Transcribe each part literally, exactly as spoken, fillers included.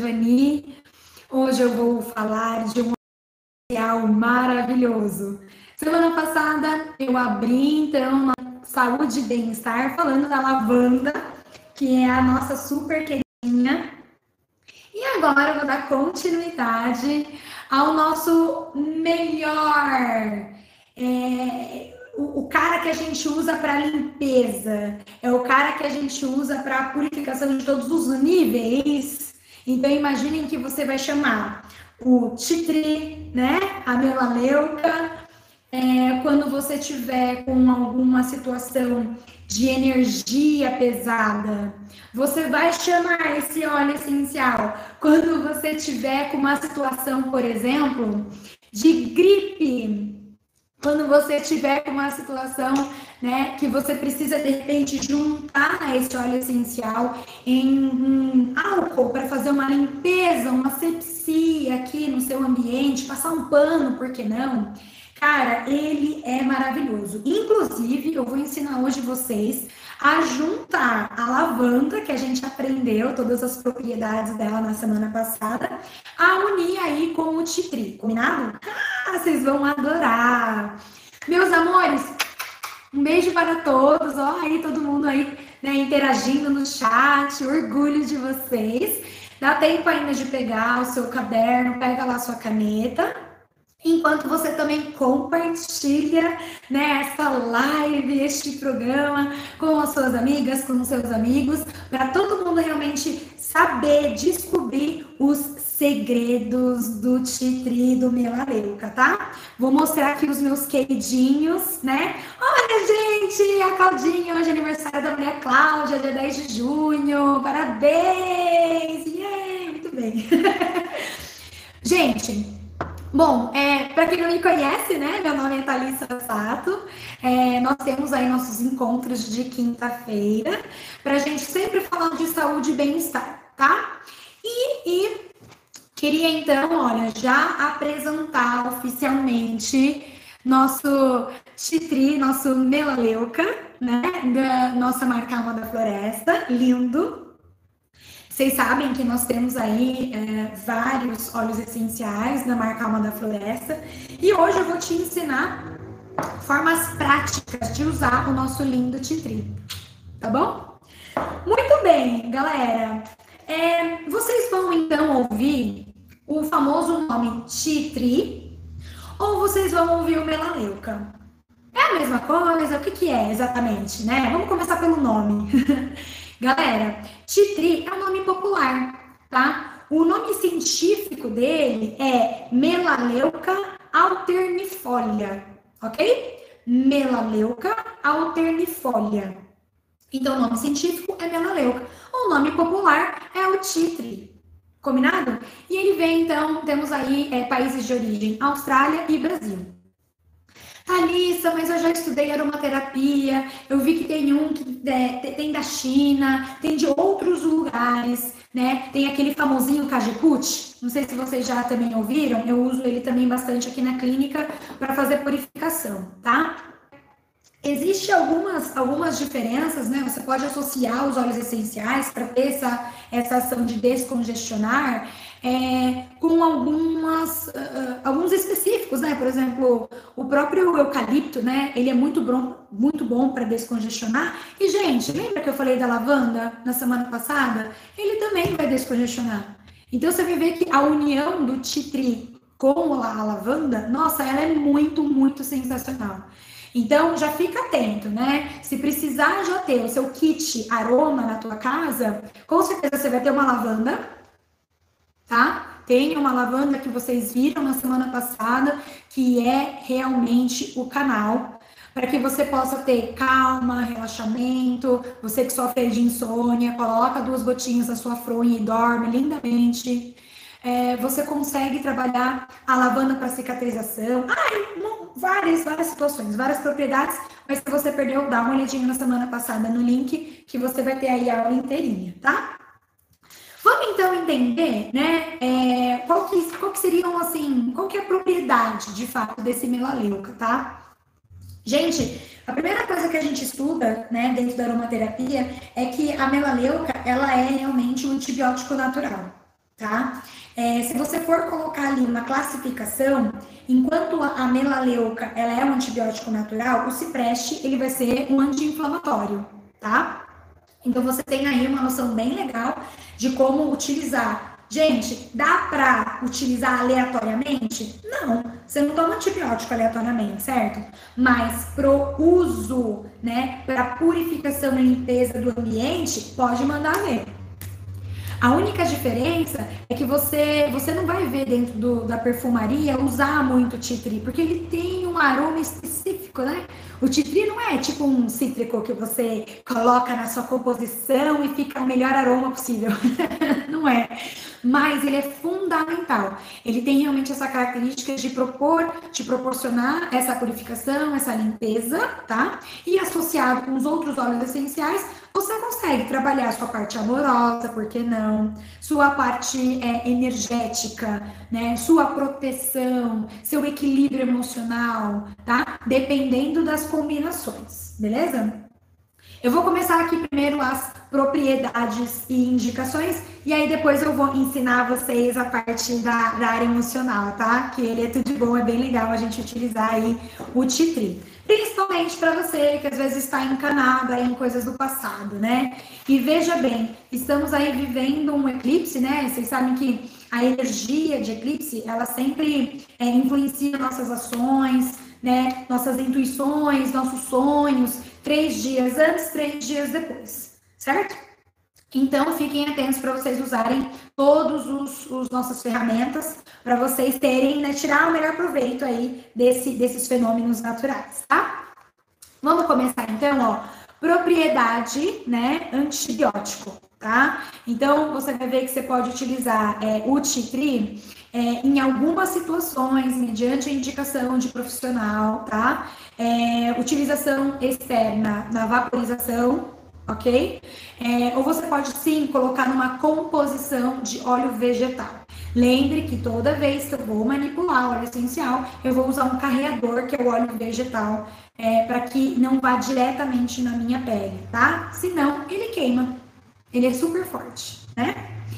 Vani. Hoje eu vou falar de um material maravilhoso. Semana passada eu abri, então, uma saúde e bem-estar, falando da lavanda, que é a nossa super queridinha. E agora eu vou dar continuidade ao nosso melhor. É, o, o cara que a gente usa para limpeza, é o cara que a gente usa para purificação de todos os níveis. Então imaginem que você vai chamar o Titri, né? A melaleuca. É, quando você tiver com alguma situação de energia pesada, você vai chamar esse óleo essencial. Quando você tiver com uma situação, por exemplo, de gripe, quando você tiver com uma situação, né, que você precisa de repente juntar esse óleo essencial em um álcool para fazer uma limpeza, uma asepsia aqui no seu ambiente, passar um pano, por que não? Cara, ele é maravilhoso. Inclusive, eu vou ensinar hoje vocês a juntar a lavanda, que a gente aprendeu todas as propriedades dela na semana passada, a unir aí com o Titri, combinado? Ah, vocês vão adorar! Meus amores, um beijo para todos, ó, aí todo mundo aí, né, interagindo no chat, orgulho de vocês. Dá tempo ainda de pegar o seu caderno, pega lá sua caneta, enquanto você também compartilha, né, essa live, este programa com as suas amigas, com os seus amigos, para todo mundo realmente saber, descobrir os segredos do Titri do melaleuca, tá? Vou mostrar aqui os meus queridinhos, né? Olha, gente, a Claudinha, hoje é aniversário da mulher Cláudia, dia dez de junho, parabéns! Yay, muito bem. Gente, bom, é, para quem não me conhece, né, meu nome é Thalissa Sato, é, nós temos aí nossos encontros de quinta-feira, para a gente sempre falar de saúde e bem-estar, tá? E, e queria então, olha, já apresentar oficialmente nosso Titri, nosso melaleuca, né, da nossa marca Alma da Floresta, lindo. Vocês sabem que nós temos aí é, vários óleos essenciais da marca Alma da Floresta. E hoje eu vou te ensinar formas práticas de usar o nosso lindo Titri. Tá bom? Muito bem, galera. É, vocês vão então ouvir o famoso nome Titri ou vocês vão ouvir o melaleuca? É a mesma coisa? O que, que é exatamente, né? Vamos começar pelo nome. Galera, Titri é um nome popular, tá? O nome científico dele é Melaleuca alternifolia, ok? Melaleuca alternifolia. Então, o nome científico é melaleuca. O nome popular é o Titri, combinado? E ele vem, então, temos aí é, países de origem, Austrália e Brasil. Thalissa, mas eu já estudei aromaterapia, eu vi que tem um que é, tem da China, tem de outros lugares, né? Tem aquele famosinho Cajeput, não sei se vocês já também ouviram, eu uso ele também bastante aqui na clínica para fazer purificação, tá? Existem algumas, algumas diferenças, né? Você pode associar os óleos essenciais para ter essa, essa ação de descongestionar é, com algumas, uh, alguns específicos, né? Por exemplo, o próprio eucalipto, né? Ele é muito bom, muito bom para descongestionar. E, gente, lembra que eu falei da lavanda na semana passada? Ele também vai descongestionar. Então, você vai ver que a união do Titri com a lavanda, nossa, ela é muito, muito sensacional. Então, já fica atento, né? Se precisar já ter o seu kit aroma na tua casa, com certeza você vai ter uma lavanda, tá? Tem uma lavanda que vocês viram na semana passada, que é realmente o canal, para que você possa ter calma, relaxamento. Você que sofre de insônia, coloca duas gotinhas na sua fronha e dorme lindamente. É, você consegue trabalhar a lavanda para cicatrização. Ai, não, várias, várias situações, várias propriedades. Mas se você perdeu, dá uma olhadinha na semana passada no link, que você vai ter aí a aula inteirinha, tá? Vamos então entender, né, é, qual, que, qual que seriam, assim, qual que é a propriedade, de fato, desse melaleuca, tá? Gente, a primeira coisa que a gente estuda, né, dentro da aromaterapia, é que a melaleuca, ela é realmente um antibiótico natural. tá? É, se você for colocar ali uma classificação, enquanto a melaleuca ela é um antibiótico natural, o cipreste ele vai ser um anti-inflamatório, tá? Então você tem aí uma noção bem legal de como utilizar. Gente, dá para utilizar aleatoriamente? Não, você não toma antibiótico aleatoriamente, certo? Mas pro uso, né, para purificação e limpeza do ambiente, pode mandar ver. A única diferença é que você, você não vai ver dentro do, da perfumaria usar muito titri, porque ele tem um aroma específico, né? O titri não é tipo um cítrico que você coloca na sua composição e fica o melhor aroma possível. Não é. Mas ele é fundamental. Ele tem realmente essa característica de propor, de proporcionar essa purificação, essa limpeza, tá? E associado com os outros óleos essenciais, você consegue trabalhar a sua parte amorosa, por que não? Sua parte é, energética, né? Sua proteção, seu equilíbrio emocional, tá? Dependendo das combinações, beleza? Eu vou começar aqui primeiro as propriedades e indicações, e aí depois eu vou ensinar vocês a parte da, da área emocional, tá? Que ele é tudo de bom, é bem legal a gente utilizar aí o titri. Principalmente para você que às vezes está encanado aí em coisas do passado, né? E veja bem, estamos aí vivendo um eclipse, né? Vocês sabem que a energia de eclipse, ela sempre é, influencia nossas ações, né? Nossas intuições, nossos sonhos, três dias antes, três dias depois, certo? Então, fiquem atentos para vocês usarem todas as nossas ferramentas para vocês terem, né, tirar o melhor proveito aí desse, desses fenômenos naturais, tá? Vamos começar então, ó. Propriedade, né, antibiótico, tá? Então, você vai ver que você pode utilizar é, o titri é, em algumas situações, mediante a indicação de profissional, tá? É, utilização externa na vaporização, ok? É, ou você pode sim colocar numa composição de óleo vegetal. Lembre que toda vez que eu vou manipular óleo essencial, eu vou usar um carreador, que é o óleo vegetal, é, para que não vá diretamente na minha pele, tá? Senão, ele queima. Ele é super forte, né?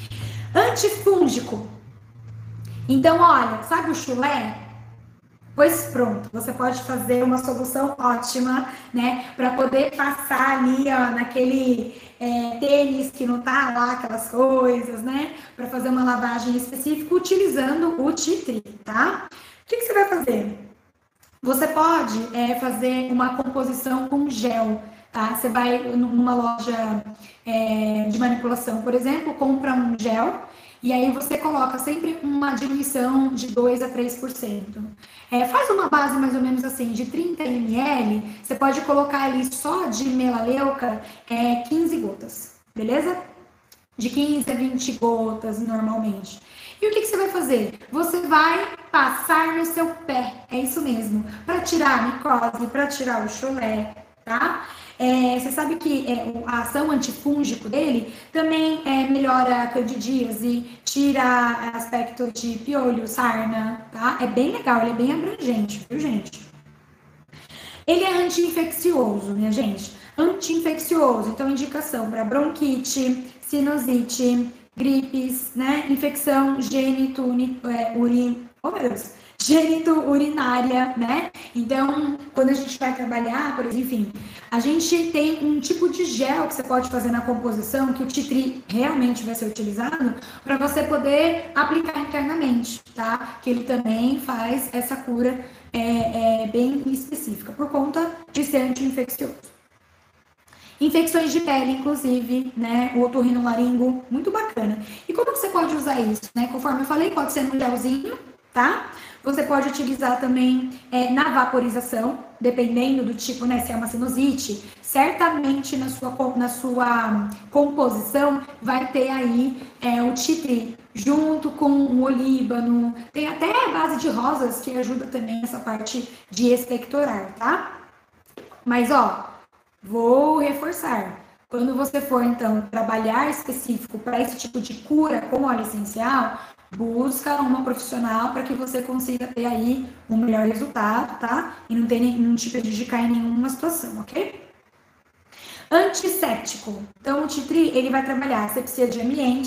Antifúngico. Então, olha, sabe o chulé? Pois pronto, você pode fazer uma solução ótima, né, para poder passar ali, ó, naquele é, tênis que não tá lá, aquelas coisas, né, para fazer uma lavagem específica utilizando o titri, tá? O que, que você vai fazer? Você pode é, fazer uma composição com gel, tá? Você vai numa loja é, de manipulação, por exemplo, compra um gel, e aí você coloca sempre uma diluição de dois a três por cento. É, faz uma base mais ou menos assim, de trinta mililitros, você pode colocar ali só de melaleuca é, quinze gotas, beleza? De quinze a vinte gotas normalmente. E o que, que você vai fazer? Você vai passar no seu pé, é isso mesmo, para tirar a micose, para tirar o chulé, tá? É, você sabe que é, a ação antifúngico dele também é, melhora a candidíase, tira aspecto de piolho, sarna, tá? É bem legal, ele é bem abrangente, viu, gente? Ele é anti-infeccioso, minha gente. Anti-infeccioso, então indicação para bronquite, sinusite, gripes, né? Infecção gênito, é, uri, oh, meu Deus, gênito urinária, né? Então, quando a gente vai trabalhar, por exemplo, enfim, a gente tem um tipo de gel que você pode fazer na composição, que o titri realmente vai ser utilizado, para você poder aplicar internamente, tá? Que ele também faz essa cura é, é, bem específica, por conta de ser anti-infeccioso. Infecções de pele, inclusive, né? O otorrinolaringo, muito bacana. E como que você pode usar isso, né? Conforme eu falei, pode ser no gelzinho, tá? Você pode utilizar também é, na vaporização, dependendo do tipo, né? Se é uma sinusite, certamente na sua, na sua composição vai ter aí é, o titri, junto com o olíbano. Tem até a base de rosas que ajuda também essa parte de expectorar, tá? Mas, ó, vou reforçar. Quando você for, então, trabalhar específico para esse tipo de cura com óleo essencial, busca uma profissional para que você consiga ter aí um melhor resultado, tá? E não, ter, não te prejudicar em nenhuma situação, ok? Antisséptico. Então, o titri, ele vai trabalhar asepsia de ambiente,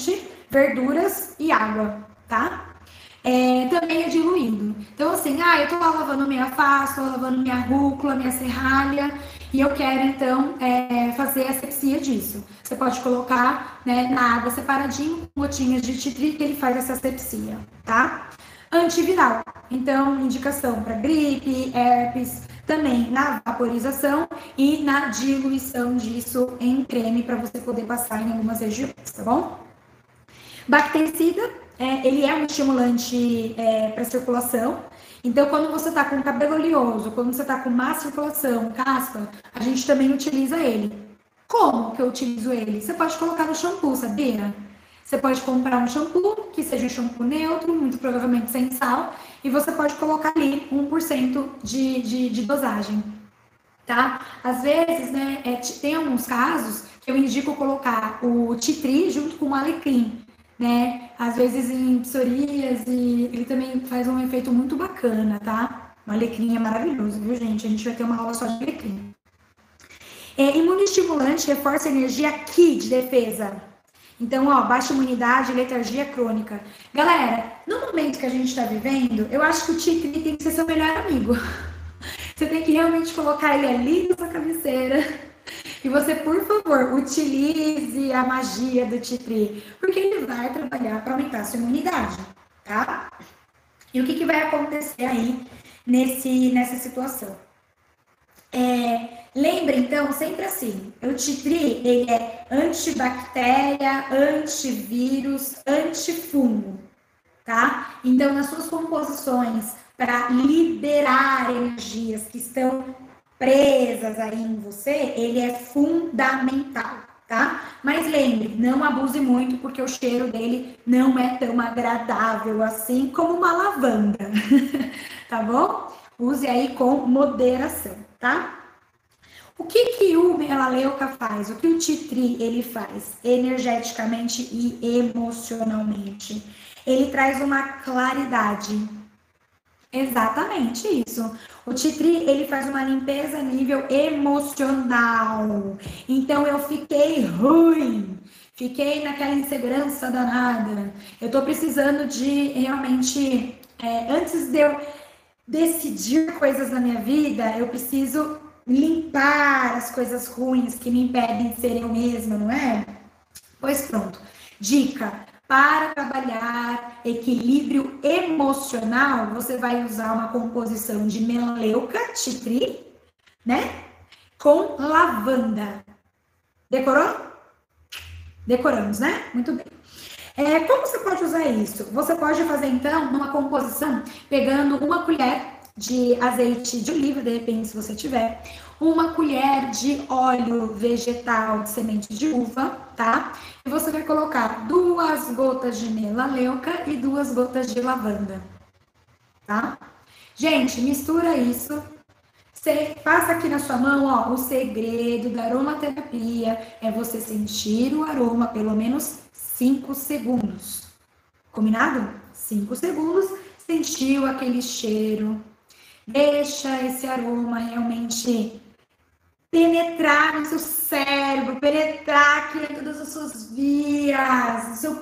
verduras e água, tá? É, também é diluído. Então, assim, ah, eu tô lá lavando minha alface, tô lavando minha rúcula, minha serralha, e eu quero, então, é, fazer a asepsia disso. Você pode colocar, né, na água separadinho, gotinhas de tea tree, que ele faz essa asepsia, tá? Antiviral. Então, indicação para gripe, herpes, também na vaporização e na diluição disso em creme para você poder passar em algumas regiões, tá bom? Bactericida, é, ele é um estimulante é, para circulação. Então, quando você está com cabelo oleoso, quando você está com má circulação, caspa, a gente também utiliza ele. Como que eu utilizo ele? Você pode colocar no shampoo, sabia? Você pode comprar um shampoo, que seja um shampoo neutro, muito provavelmente sem sal, e você pode colocar ali um por cento de, de, de dosagem, tá? Às vezes, né, é, tem alguns casos que eu indico colocar o tea tree junto com o alecrim, né? Às vezes em psoríase, ele também faz um efeito muito bacana, tá? O alecrim é maravilhoso, viu, gente? A gente vai ter uma aula só de alecrim. É, imunoestimulante reforça a energia aqui de defesa. Então, ó, baixa imunidade e letargia crônica. Galera, no momento que a gente tá vivendo, eu acho que o tea tree tem que ser seu melhor amigo. Você tem que realmente colocar ele ali na sua cabeceira. E você, por favor, utilize a magia do tea tree, porque ele vai trabalhar para aumentar a sua imunidade, tá? E o que, que vai acontecer aí nesse, nessa situação? É, lembra, então, sempre assim, o tea tree, ele é antibactéria, antivírus, antifungo, tá? Então, nas suas composições, para liberar energias que estão presas aí em você, ele é fundamental, tá? Mas lembre, não abuse muito, porque o cheiro dele não é tão agradável assim como uma lavanda, tá bom? Use aí com moderação, tá? O que que o melaleuca faz? O que o tea tree ele faz energeticamente e emocionalmente? Ele traz uma claridade. Exatamente isso. O tea tree, ele faz uma limpeza a nível emocional. Então eu fiquei ruim, fiquei naquela insegurança danada. Eu tô precisando de realmente, é, antes de eu decidir coisas na minha vida, eu preciso limpar as coisas ruins que me impedem de ser eu mesma, não é? Pois pronto. Dica: para trabalhar equilíbrio emocional, você vai usar uma composição de melaleuca, tea tree, né? Com lavanda. Decorou? Decoramos, né? Muito bem. É, como você pode usar isso? Você pode fazer, então, numa composição, pegando uma colher de azeite de oliva, de repente, se você tiver, uma colher de óleo vegetal de semente de uva, tá? E você vai colocar duas gotas de melaleuca e duas gotas de lavanda, tá? Gente, mistura isso. Você passa aqui na sua mão, ó, o segredo da aromaterapia é você sentir o aroma pelo menos cinco segundos. Combinado? cinco segundos, sentiu aquele cheiro. Deixa esse aroma realmente penetrar no seu cérebro, penetrar aqui em todas as suas vias, no seu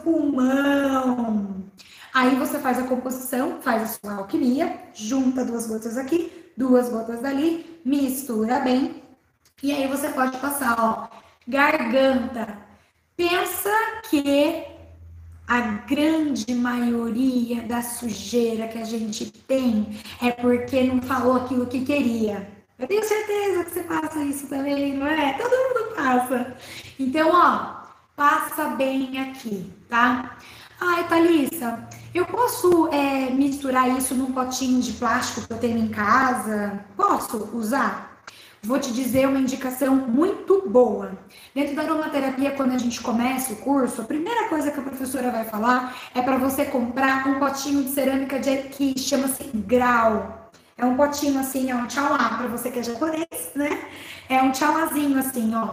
pulmão. Aí você faz a composição, faz a sua alquimia, junta duas gotas aqui, duas gotas dali, mistura bem. E aí você pode passar, ó, garganta. Pensa que a grande maioria da sujeira que a gente tem é porque não falou aquilo que queria. Eu tenho certeza que você passa isso também, não é? Todo mundo passa. Então, ó, passa bem aqui, tá? Ai, Thalissa, eu posso é, misturar isso num potinho de plástico que eu tenho em casa? Posso usar? Vou te dizer uma indicação muito boa. Dentro da aromaterapia, quando a gente começa o curso, a primeira coisa que a professora vai falar é para você comprar um potinho de cerâmica de, que chama-se grau. É um potinho assim, é um chawa, para você que é japonês, né? É um chawazinho assim, ó.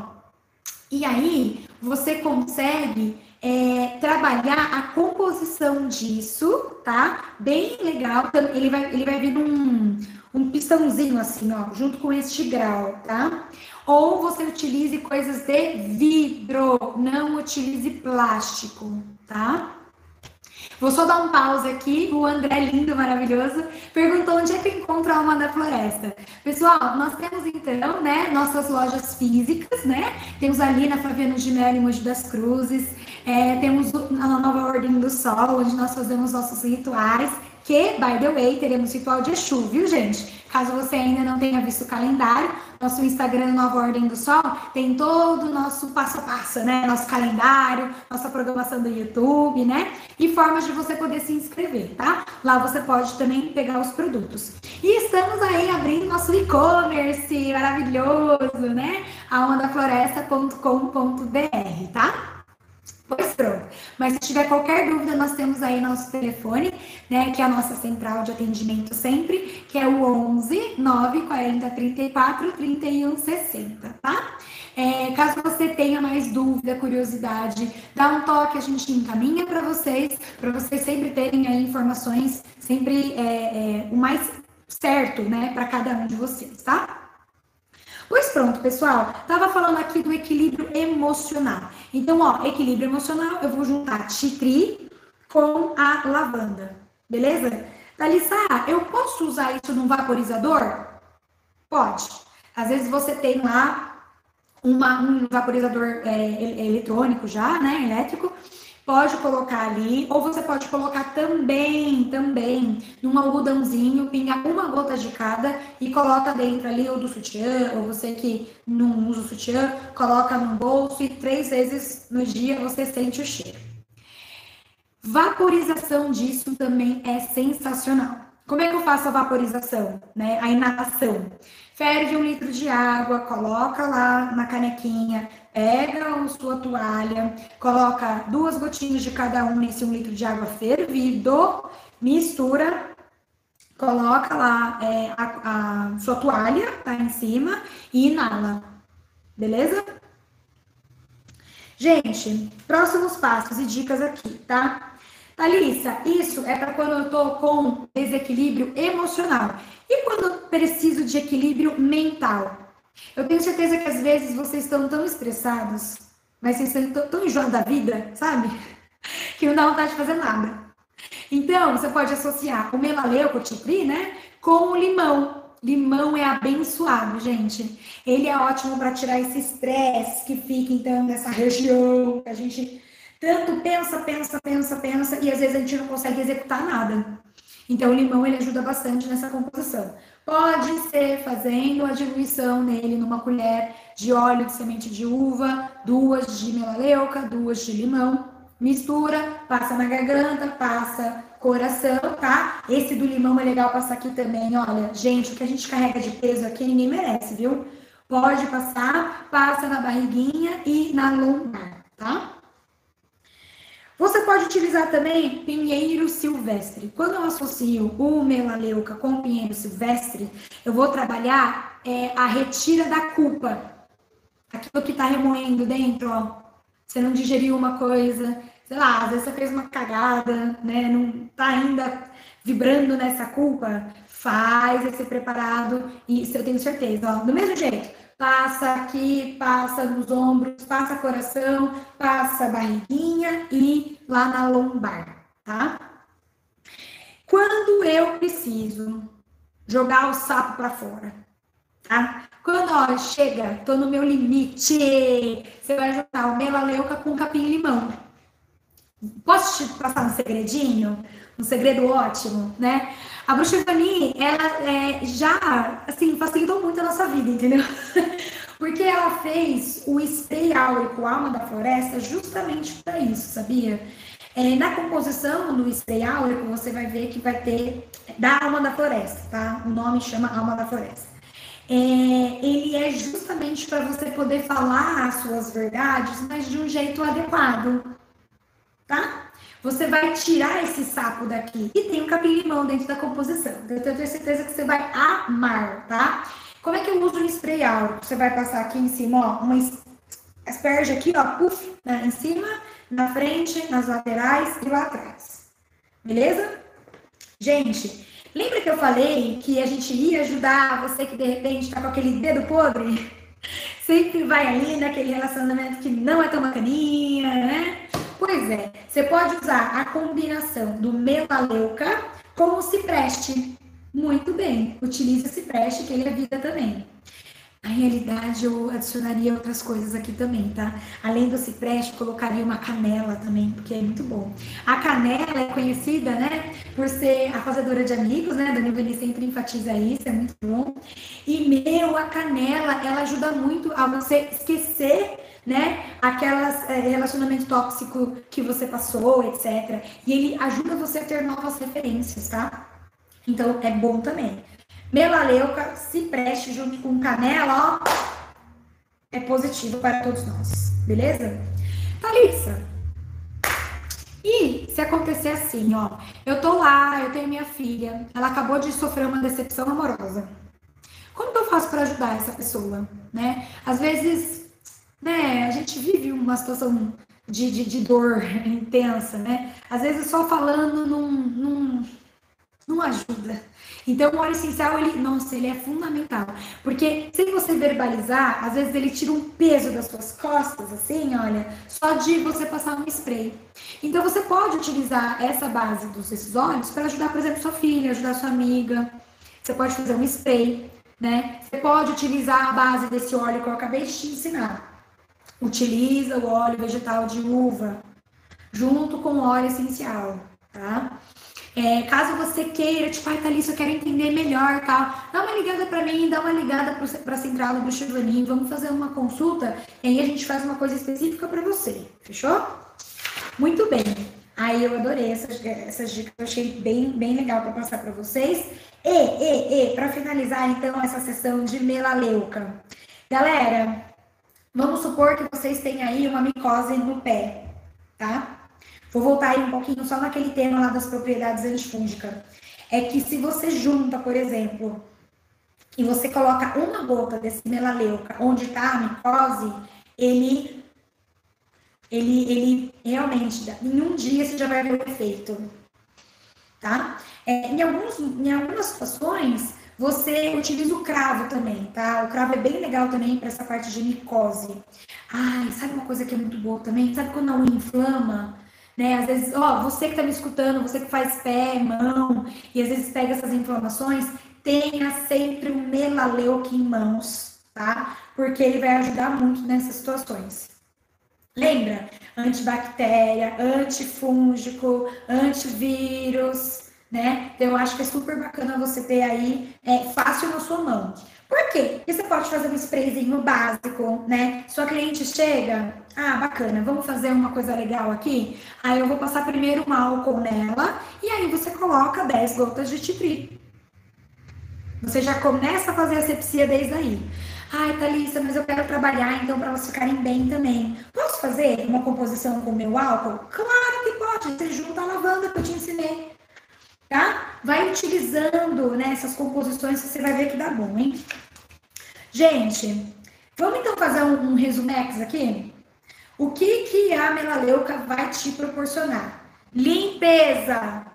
E aí, você consegue é, trabalhar a composição disso tá? Bem legal. Ele vai, ele vai vir num um pistãozinho assim, ó, junto com este grau, tá? Ou você utilize coisas de vidro, não utilize plástico, tá? Vou só dar um pause aqui. O André, lindo, maravilhoso, perguntou onde é que eu encontro a Alma da Floresta. Pessoal, nós temos então, né, nossas lojas físicas, né? Temos ali na Flaviano de Mello, em Mogi das Cruzes. É, temos a Nova Ordem do Sol, onde nós fazemos nossos rituais. Que, by the way, teremos ritual de Exu, viu, gente? Caso você ainda não tenha visto o calendário, nosso Instagram Nova Ordem do Sol tem todo o nosso passo a passo, né? Nosso calendário, nossa programação do YouTube, né? E formas de você poder se inscrever, tá? Lá você pode também pegar os produtos. E estamos aí abrindo nosso e-commerce maravilhoso, né? alma da floresta ponto com ponto b r, tá? Pois pronto. Mas se tiver qualquer dúvida, nós temos aí nosso telefone, né, que é a nossa central de atendimento sempre, que é o onze nove quarenta, trinta e quatro, trinta e um sessenta, tá? É, caso você tenha mais dúvida, curiosidade, dá um toque, a gente encaminha para vocês, para vocês sempre terem aí informações sempre é, é, o mais certo, né, para cada um de vocês, tá? Pois pronto, pessoal, tava falando aqui do equilíbrio emocional. Então, ó, equilíbrio emocional, eu vou juntar chitri com a lavanda, beleza? Thalissa, eu posso usar isso num vaporizador? Pode. Às vezes você tem lá uma, um vaporizador é, eletrônico já, né, elétrico, pode colocar ali, ou você pode colocar também, também, num algodãozinho, pinga uma gota de cada e coloca dentro ali, ou do sutiã, ou você que não usa o sutiã, coloca no bolso e três vezes no dia você sente o cheiro. Vaporização disso também é sensacional. Como é que eu faço a vaporização, né? A inalação. Ferve um litro de água, coloca lá na canequinha, pega a sua toalha, coloca duas gotinhas de cada um nesse um litro de água fervido, mistura, coloca lá é, a, a sua toalha, tá em cima, e inala, beleza? Gente, próximos passos e dicas aqui, tá? Thalissa, isso é para quando eu tô com desequilíbrio emocional. E quando eu preciso de equilíbrio mental? Eu tenho certeza que às vezes vocês estão tão estressados, mas vocês estão tão, tão enjoados da vida, sabe? Que não dá vontade de fazer nada. Então, você pode associar o melaleuca, o chitri, né? Com o limão. Limão é abençoado, gente. Ele é ótimo para tirar esse estresse que fica, então, nessa região que a gente tanto pensa, pensa, pensa, pensa, e às vezes a gente não consegue executar nada. Então, o limão, ele ajuda bastante nessa composição. Pode ser fazendo a diluição nele numa colher de óleo de semente de uva, duas de melaleuca, duas de limão, mistura, passa na garganta, passa coração, tá? Esse do limão é legal passar aqui também, olha, gente, o que a gente carrega de peso aqui ninguém merece, viu? Pode passar, passa na barriguinha e na lombar, tá? Você pode utilizar também pinheiro silvestre. Quando eu associo o melaleuca com o pinheiro silvestre, eu vou trabalhar é, a retira da culpa. Aquilo que tá remoendo dentro, ó. Você não digeriu uma coisa, sei lá, às vezes você fez uma cagada, né? Não tá ainda vibrando nessa culpa. Faz esse preparado, e isso eu tenho certeza, ó. Do mesmo jeito. Passa aqui, passa nos ombros, passa coração, passa barriguinha e lá na lombar, tá? Quando eu preciso jogar o sapo para fora, tá? Quando, ó, chega, tô no meu limite, você vai jogar o melaleuca com capim-limão. Posso te passar um segredinho? Um segredo ótimo, né? A Bruxa Ivani, ela é, já, assim, facilitou muito a nossa vida, entendeu? Porque ela fez o spray áurico Alma da Floresta justamente para isso, sabia? É, na composição do spray áurico, você vai ver que vai ter da Alma da Floresta, tá? O nome chama Alma da Floresta. É, ele é justamente para você poder falar as suas verdades, mas de um jeito adequado, tá? Você vai tirar esse sapo daqui. E tem um capim-limão dentro da composição. Então, eu tenho certeza que você vai amar, tá? Como é que eu uso o spray áurico? Você vai passar aqui em cima, ó, uma asperge aqui, ó, puff, né, em cima, na frente, nas laterais e lá atrás. Beleza? Gente, lembra que eu falei que a gente ia ajudar você que de repente tá com aquele dedo podre? Sempre vai ali naquele relacionamento que não é tão bacaninha, né? Pois é, você pode usar a combinação do melaleuca com o cipreste. Muito bem, utilize o cipreste, que ele é vida também. Na realidade, eu adicionaria outras coisas aqui também, tá? Além do cipreste, colocaria uma canela também, porque é muito bom. A canela é conhecida, né, por ser a fazedora de amigos, né? A Dani Vani sempre enfatiza isso, é muito bom. E, meu, a canela, ela ajuda muito a você esquecer, né, aquelas é, relacionamento tóxico que você passou, etcétera. E ele ajuda você a ter novas referências, tá? Então, é bom também. Melaleuca, cipreste junto com canela, ó, é positivo para todos nós, beleza? Thalissa, e se acontecer assim, ó, eu tô lá, eu tenho minha filha, ela acabou de sofrer uma decepção amorosa. Como que eu faço para ajudar essa pessoa, né? Às vezes, né, a gente vive uma situação de, de, de dor intensa, né? Às vezes só falando não, não, não ajuda. Então, o óleo essencial, ele, nossa, ele é fundamental. Porque sem você verbalizar, às vezes ele tira um peso das suas costas, assim, olha, só de você passar um spray. Então, você pode utilizar essa base dos esses óleos para ajudar, por exemplo, sua filha, ajudar sua amiga. Você pode fazer um spray, né? Você pode utilizar a base desse óleo que eu acabei de te ensinar. Utiliza o óleo vegetal de uva junto com o óleo essencial, tá? É, caso você queira, tipo, ai, Thalissa, eu quero entender melhor, tal, dá uma ligada para mim, dá uma ligada para a central do Chivani, vamos fazer uma consulta, e aí a gente faz uma coisa específica para você, fechou? Muito bem. Aí eu adorei essas, essas dicas, eu achei bem, bem legal para passar para vocês. E, e, e, para finalizar, então, essa sessão de melaleuca. Galera, vamos supor que vocês têm aí uma micose no pé, tá? Vou voltar aí um pouquinho só naquele tema lá das propriedades antifúngicas. É que se você junta, por exemplo, e você coloca uma gota desse melaleuca onde está a micose, ele, ele, ele realmente, em um dia você já vai ver o efeito, tá? É, em, alguns, em algumas situações, você utiliza o cravo também, tá? O cravo é bem legal também para essa parte de micose. Ai, sabe uma coisa que é muito boa também? Sabe quando a unha inflama? Né? Às vezes, ó, você que está me escutando, você que faz pé, mão, e às vezes pega essas inflamações, tenha sempre um melaleuca em mãos, tá? Porque ele vai ajudar muito nessas situações. Lembra? Antibactéria, antifúngico, antivírus, né? Então, eu acho que é super bacana você ter aí é, fácil na sua mão. Por quê? Porque você pode fazer um sprayzinho básico, né? Sua cliente chega, ah, bacana, vamos fazer uma coisa legal aqui? Aí eu vou passar primeiro um álcool nela, e aí você coloca dez gotas de titri. Você já começa a fazer a asepsia desde aí. Ai, Thalissa, mas eu quero trabalhar, então, para elas ficarem bem também. Posso fazer uma composição com o meu álcool? Claro que pode, você junta a lavanda que eu te ensinei. Tá? Vai utilizando, né, essas composições que você vai ver que dá bom, hein? Gente, vamos então fazer um, um resumex aqui? O que, que a melaleuca vai te proporcionar? Limpeza,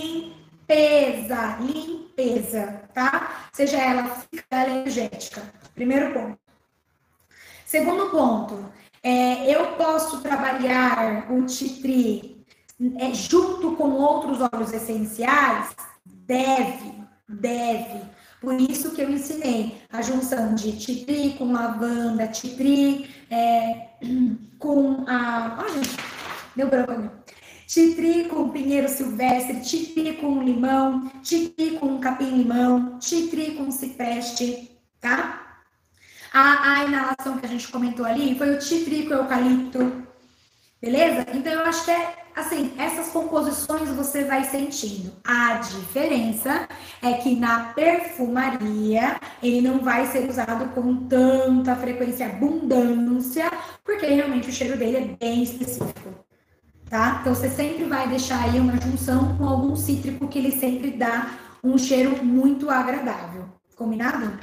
limpeza, limpeza, tá? Seja ela física ou energética. Primeiro ponto. Segundo ponto, é, eu posso trabalhar o titri É, junto com outros óleos essenciais? Deve, deve. Por isso que eu ensinei a junção de titri com lavanda, titri é, com a... Olha, gente, deu branco. Titri com pinheiro silvestre, titri com limão, titri com capim-limão, titri com cipreste, tá? A, a inalação que a gente comentou ali foi o titri com eucalipto, beleza? Então, eu acho que é assim, essas composições você vai sentindo. A diferença é que na perfumaria ele não vai ser usado com tanta frequência, abundância, porque realmente o cheiro dele é bem específico, tá? Então você sempre vai deixar aí uma junção com algum cítrico que ele sempre dá um cheiro muito agradável. Combinado?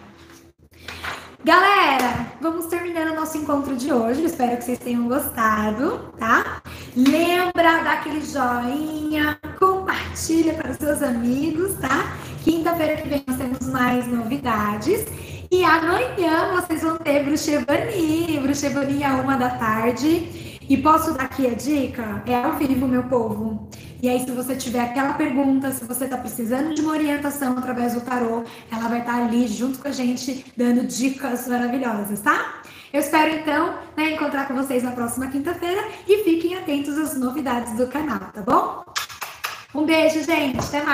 Galera, vamos terminando o nosso encontro de hoje. Espero que vocês tenham gostado, tá? Lembra daquele joinha, compartilha para os seus amigos, tá? Quinta-feira que vem nós temos mais novidades. E amanhã vocês vão ter Bruxevani, Bruxevani à uma da tarde. E posso dar aqui a dica? É ao vivo, meu povo. E aí, se você tiver aquela pergunta, se você está precisando de uma orientação através do tarô, ela vai estar ali junto com a gente, dando dicas maravilhosas, tá? Eu espero, então, né, encontrar com vocês na próxima quinta-feira e fiquem atentos às novidades do canal, tá bom? Um beijo, gente. Até mais.